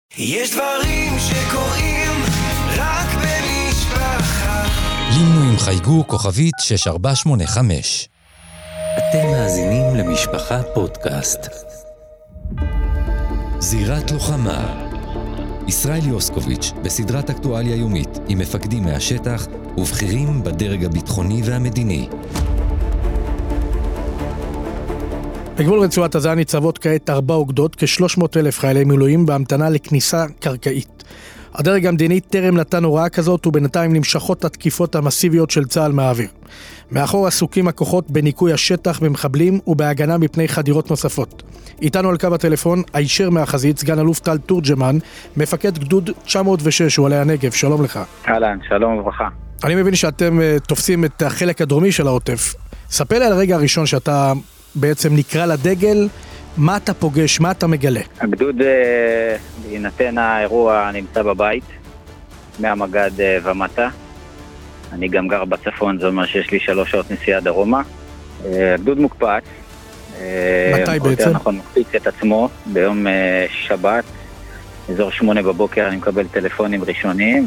יש דברים שקורים רק במשפחה. לינו עם חייגו כוכבית 6485. אתם מאזינים למשפחה פודקאסט. זירת לוחמה. ישראל יוסקוביץ' בסדרת אקטואליה יומית עם מפקדים מהשטח ובכירים בדרג הביטחוני והמדיני. בגבול רצועת עזה ניצבות כעת 4 אוגדות, כ-300,000 חיילי מילואים בהמתנה לכניסה קרקעית. הדרג המדיני טרם נתן הוראה כזאת ובינתיים נמשכות התקיפות המסיביות של צה"ל מהאוויר. מאחור עסוקים הכוחות בניקוי השטח במחבלים ובהגנה מפני חדירות נוספות. איתנו על קו הטלפון הישר מהחזית סגן אלוף טל תורג'מן, מפקד גדוד 906 הוא עלי הנגב. שלום לך. אהלן, שלום וברכה. אני מבין שאתם תופסים את החלק הדרומי של העוטף. ספר לי על הרגע הראשון שאתה בעצם נקרא לדגל, מה אתה פוגש, מה אתה מגלה? הגדוד, בהינתן האירוע, נמצא בבית, מהמגד ומטה. אני גם גר בצפון, זה אומר שיש לי 3 שעות נסיעה דרומה. הגדוד מוקפץ. מתי בעצם? נכון, מקפיץ את עצמו ביום שבת, אזור 8 בבוקר, אני מקבל טלפונים ראשונים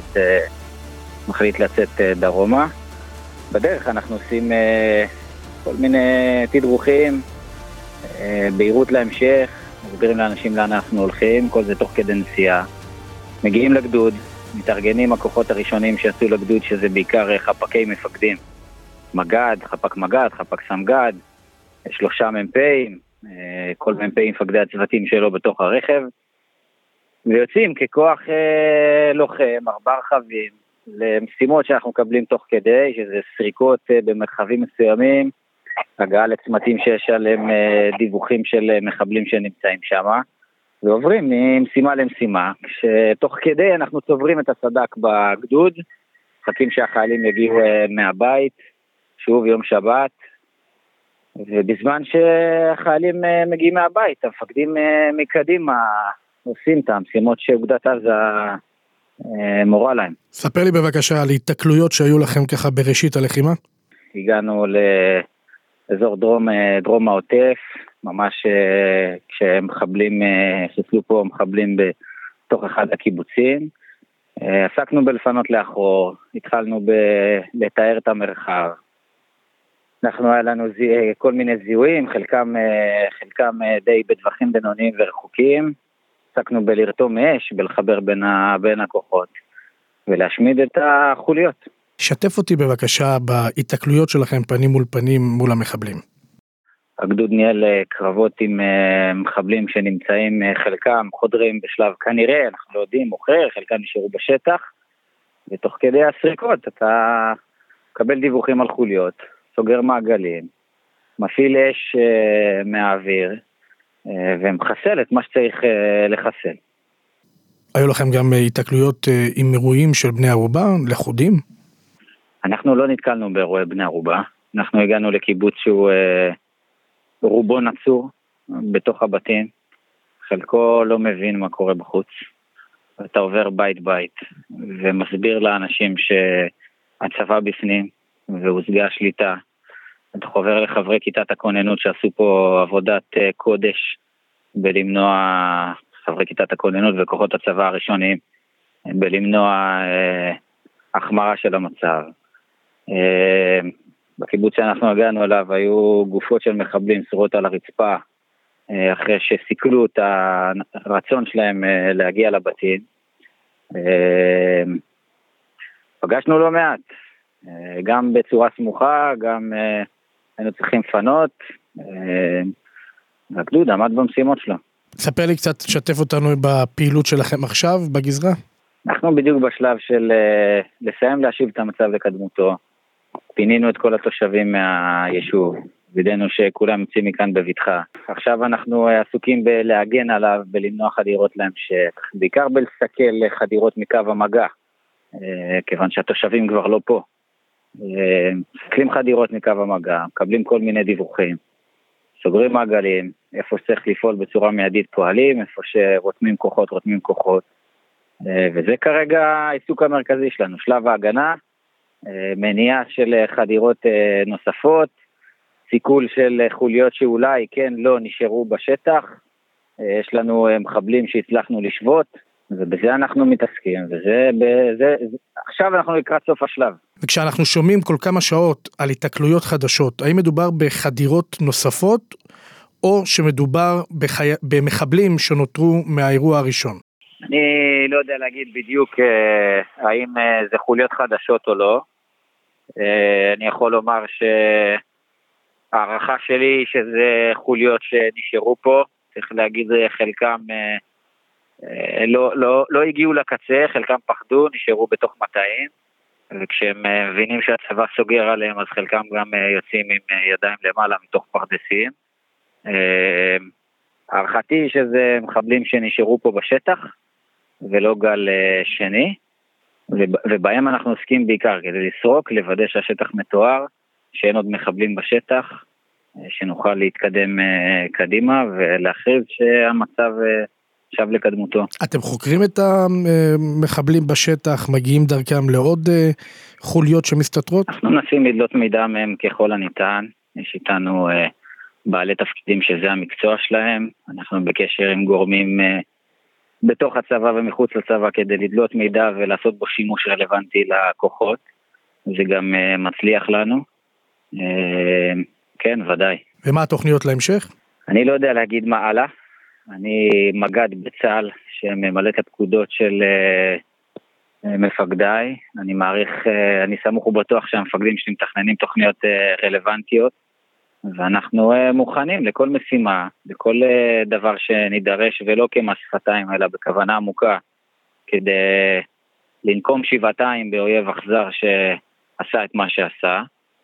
ומחליט לצאת דרומה. בדרך אנחנו עושים כל מיני תדרוכים, בהירות להמשך, מסבירים לאנשים לאן אנחנו הולכים, כל זה תוך כדי נסיעה. מגיעים לגדוד, מתארגנים הכוחות הראשונים שעשו לגדוד, שזה בעיקר חפקי מפקדים. מגד, חפק מגד, חפק סמגד, 3 מ"פים, כל מ"פ מפקדי הצוותים שלו בתוך הרכב, ויוצאים ככוח לוחם, 4 רכבים, למשימות שאנחנו מקבלים תוך כדי, שזה סריקות במרחבים מסוימים, הגעה לצמתים שיש עליהם דיווחים של מחבלים שנמצאים שם, ועוברים ממשימה למשימה, כשתוך כדי אנחנו צוברים את הסד"כ בגדוד, מחכים שהחיילים יגיעו מהבית, שוב יום שבת, ובזמן שהחיילים מגיעים מהבית, המפקדים מקדימה עושים את המשימות שאוגדת עזה מורה להם. ספר לי בבקשה על התקלויות שהיו לכם ככה בראשית הלחימה. הגענו לאזור דרום העוטף, ממש כשמחבלים, חיסלו פה מחבלים בתוך אחד הקיבוצים. עסקנו בלפנות לאחור, התחלנו לתאר את המרחב. היה לנו כל מיני זיהויים, חלקם די בטווחים בינוניים ורחוקים. עסקנו בלרתום אש, בלחבר בין הכוחות, ולהשמיד את החוליות. שתף אותי בבקשה בהתקלויות שלכם פנים מול פנים מול המחבלים. הגדוד ניהל קרבות עם מחבלים שנמצאים, חלקם חודרים בשלב כנראה, אנחנו לא יודעים, מוכר, חלקם נשארו בשטח, ותוך כדי הסריקות אתה מקבל דיווחים על חוליות, סוגר מעגלים, מפעיל אש מהאוויר, ומחסל את מה שצריך לחסל. היו לכם גם התקלויות עם אירועים של בני ערובה, לחודים? אנחנו לא נתקלנו באירועי בני ערובה, אנחנו הגענו לקיבוץ שהוא רובו נצור בתוך הבתים, חלקו לא מבין מה קורה בחוץ, אתה עובר בית ומסביר לאנשים שהצבא בפנים והושגה השליטה, אתה חובר לחברי כיתת הכוננות שעשו פה עבודת קודש בלמנוע, חברי כיתת הכוננות וכוחות הצבא הראשונים, בלמנוע החמרה של המצב. בקיבוץ שאנחנו הגענו אליו היו גופות של מחבלים סורות על הרצפה, אחרי שסיכלו את הרצון שלהם להגיע לבתים. פגשנו לא מעט, גם בצורה סמוכה, גם היינו צריכים לפנות, והגדוד עמד במשימות שלו. ספר לי קצת, שתף אותנו בפעילות שלכם עכשיו בגזרה. אנחנו בדיוק בשלב של לסיים להשיב את המצב לקדמותו, פינינו את כל התושבים מהיישוב, וידענו שכולם יוצאים מכאן בבטחה. עכשיו אנחנו עסוקים בלהגן עליו, בלמנוע חדירות להמשך, בעיקר בלסכל חדירות מקו המגע, כיוון שהתושבים כבר לא פה. מסכלים חדירות מקו המגע, מקבלים כל מיני דיווחים, סוגרים מעגלים, איפה שצריך לפעול בצורה מיידית פועלים, איפה שרותמים כוחות, וזה כרגע העיסוק המרכזי שלנו, שלב ההגנה, מניעה של חדירות נוספות, סיכול של חוליות שאולי כן לא נשארו בשטח, יש לנו מחבלים שהצלחנו לשבות, ובזה אנחנו מתעסקים, עכשיו אנחנו לקראת סוף השלב. וכשאנחנו שומעים כל כמה שעות על התקלויות חדשות, האם מדובר בחדירות נוספות, או שמדובר במחבלים שנותרו מהאירוע הראשון? אני לא יודע להגיד בדיוק האם זה חוליות חדשות או לא. אני יכול לומר שהערכה שלי שזה חוליות שנשארו פה, צריך להגיד חלקם לא הגיעו לקצה, חלקם פחדו, נשארו בתוך מטעים, וכשהם מבינים שהצבא סוגר עליהם, אז חלקם גם יוצאים עם ידיים למעלה מתוך פרדסים. הערכתי שזה מחבלים שנשארו פה בשטח, ולא גל שני, ובהם אנחנו עוסקים בעיקר כדי לסרוק, לוודא שהשטח מתואר, שאין עוד מחבלים בשטח, שנוכל להתקדם קדימה, ולהכריז שהמצב שב לקדמותו. אתם חוקרים את המחבלים בשטח, מגיעים דרכם לעוד חוליות שמסתתרות? אנחנו מנסים לדלות מידע מהם ככל הניתן, יש איתנו בעלי תפקידים שזה המקצוע שלהם, אנחנו בקשר עם גורמים בתוך הצבא ומחוץ לצבא כדי לדלות מידע ולעשות בו שימוש רלוונטי לכוחות, זה גם מצליח לנו, כן, ודאי. ומה התוכניות להמשך? אני לא יודע להגיד מה הלאה, אני מג"ד בצה"ל שממלא את הפקודות של מפקדיי, אני מעריך, אני סמוך ובטוח שהמפקדים שלי מתכננים תוכניות רלוונטיות, ואנחנו מוכנים לכל משימה, לכל דבר שנידרש, ולא כמס שפתיים, אלא בכוונה עמוקה, כדי לנקום שבעתיים באויב אכזר שעשה את מה שעשה,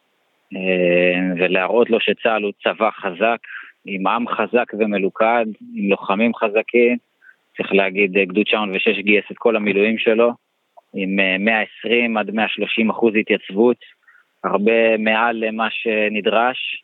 ולהראות לו שצה"ל הוא צבא חזק, עם עם חזק ומלוכד, עם לוחמים חזקים, צריך להגיד, גדוד 906 גייס את כל המילואים שלו, עם 120 עד 130% התייצבות, הרבה מעל למה שנדרש,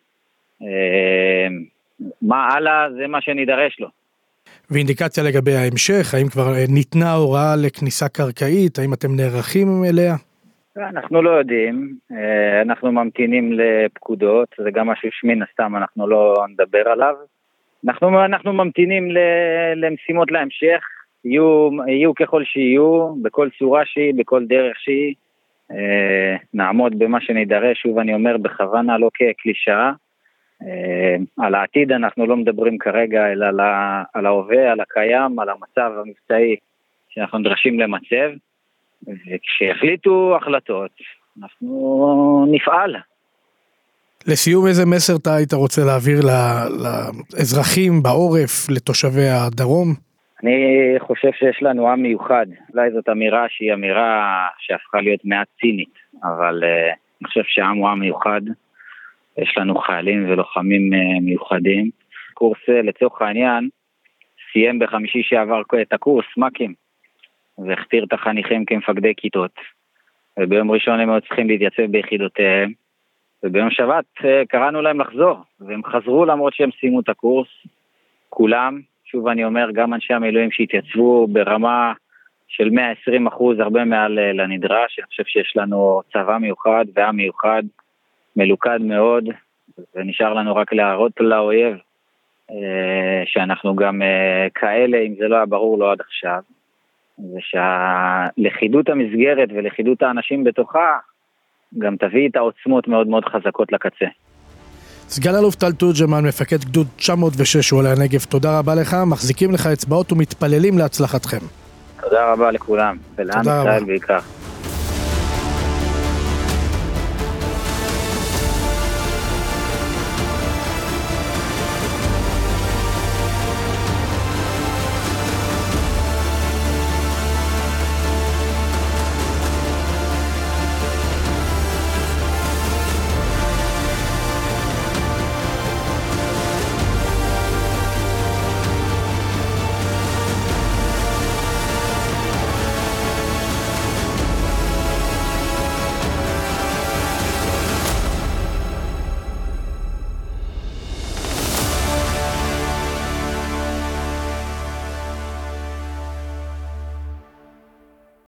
מה הלאה זה מה שנידרש לו. ואינדיקציה לגבי ההמשך, האם כבר ניתנה הוראה לכניסה קרקעית, האם אתם נערכים אליה? אנחנו לא יודעים, אנחנו ממתינים לפקודות, זה גם משהו שמן הסתם אנחנו לא נדבר עליו, אנחנו ממתינים למשימות להמשך, יהיו ככל שיהיו, בכל צורה שהיא, בכל דרך שהיא, נעמוד במה שנידרש, שוב אני אומר בכוונה לא כקלישאה, על העתיד אנחנו לא מדברים כרגע, אלא על ההווה, על הקיים, על המצב המבצעי שאנחנו נדרשים למצב, וכשיחליטו החלטות, אנחנו נפעל. לסיום, איזה מסר אתה היית רוצה להעביר לאזרחים בעורף, לתושבי הדרום? אני חושב שיש לנו עם מיוחד, אולי זאת אמירה שהיא אמירה שהפכה להיות מעט צינית, אבל אני חושב שהעם הוא עם מיוחד, יש לנו חיילים ולוחמים מיוחדים. קורס לצורך העניין סיים בחמישי שעבר את הקורס מקים, והכתיר את החניכים כמפקדי כיתות, וביום ראשון הם צריכים להתייצב ביחידותיהם, וביום שבת קראנו להם לחזור, והם חזרו למרות שהם סיימו את הקורס, כולם, שוב אני אומר, גם אנשי המילואים שהתייצבו ברמה של 120%, הרבה מעל לנדרש. אני חושב שיש לנו צבא מיוחד ועם מיוחד, מלוכד מאוד, ונשאר לנו רק להראות לאויב, שאנחנו גם כאלה, אם זה לא היה ברור לו עד עכשיו, ושהלכידות המסגרת ולכידות האנשים בתוכה, גם תביא את העוצמות מאוד מאוד חזקות לקצה. סגן אלוף טל תורג'מן, מפקד גדוד 906 עולה הנגב, תודה רבה לך, מחזיקים לך אצבעות ומתפללים להצלחתכם. תודה רבה לכולם, ולעם ישראל בעיקר.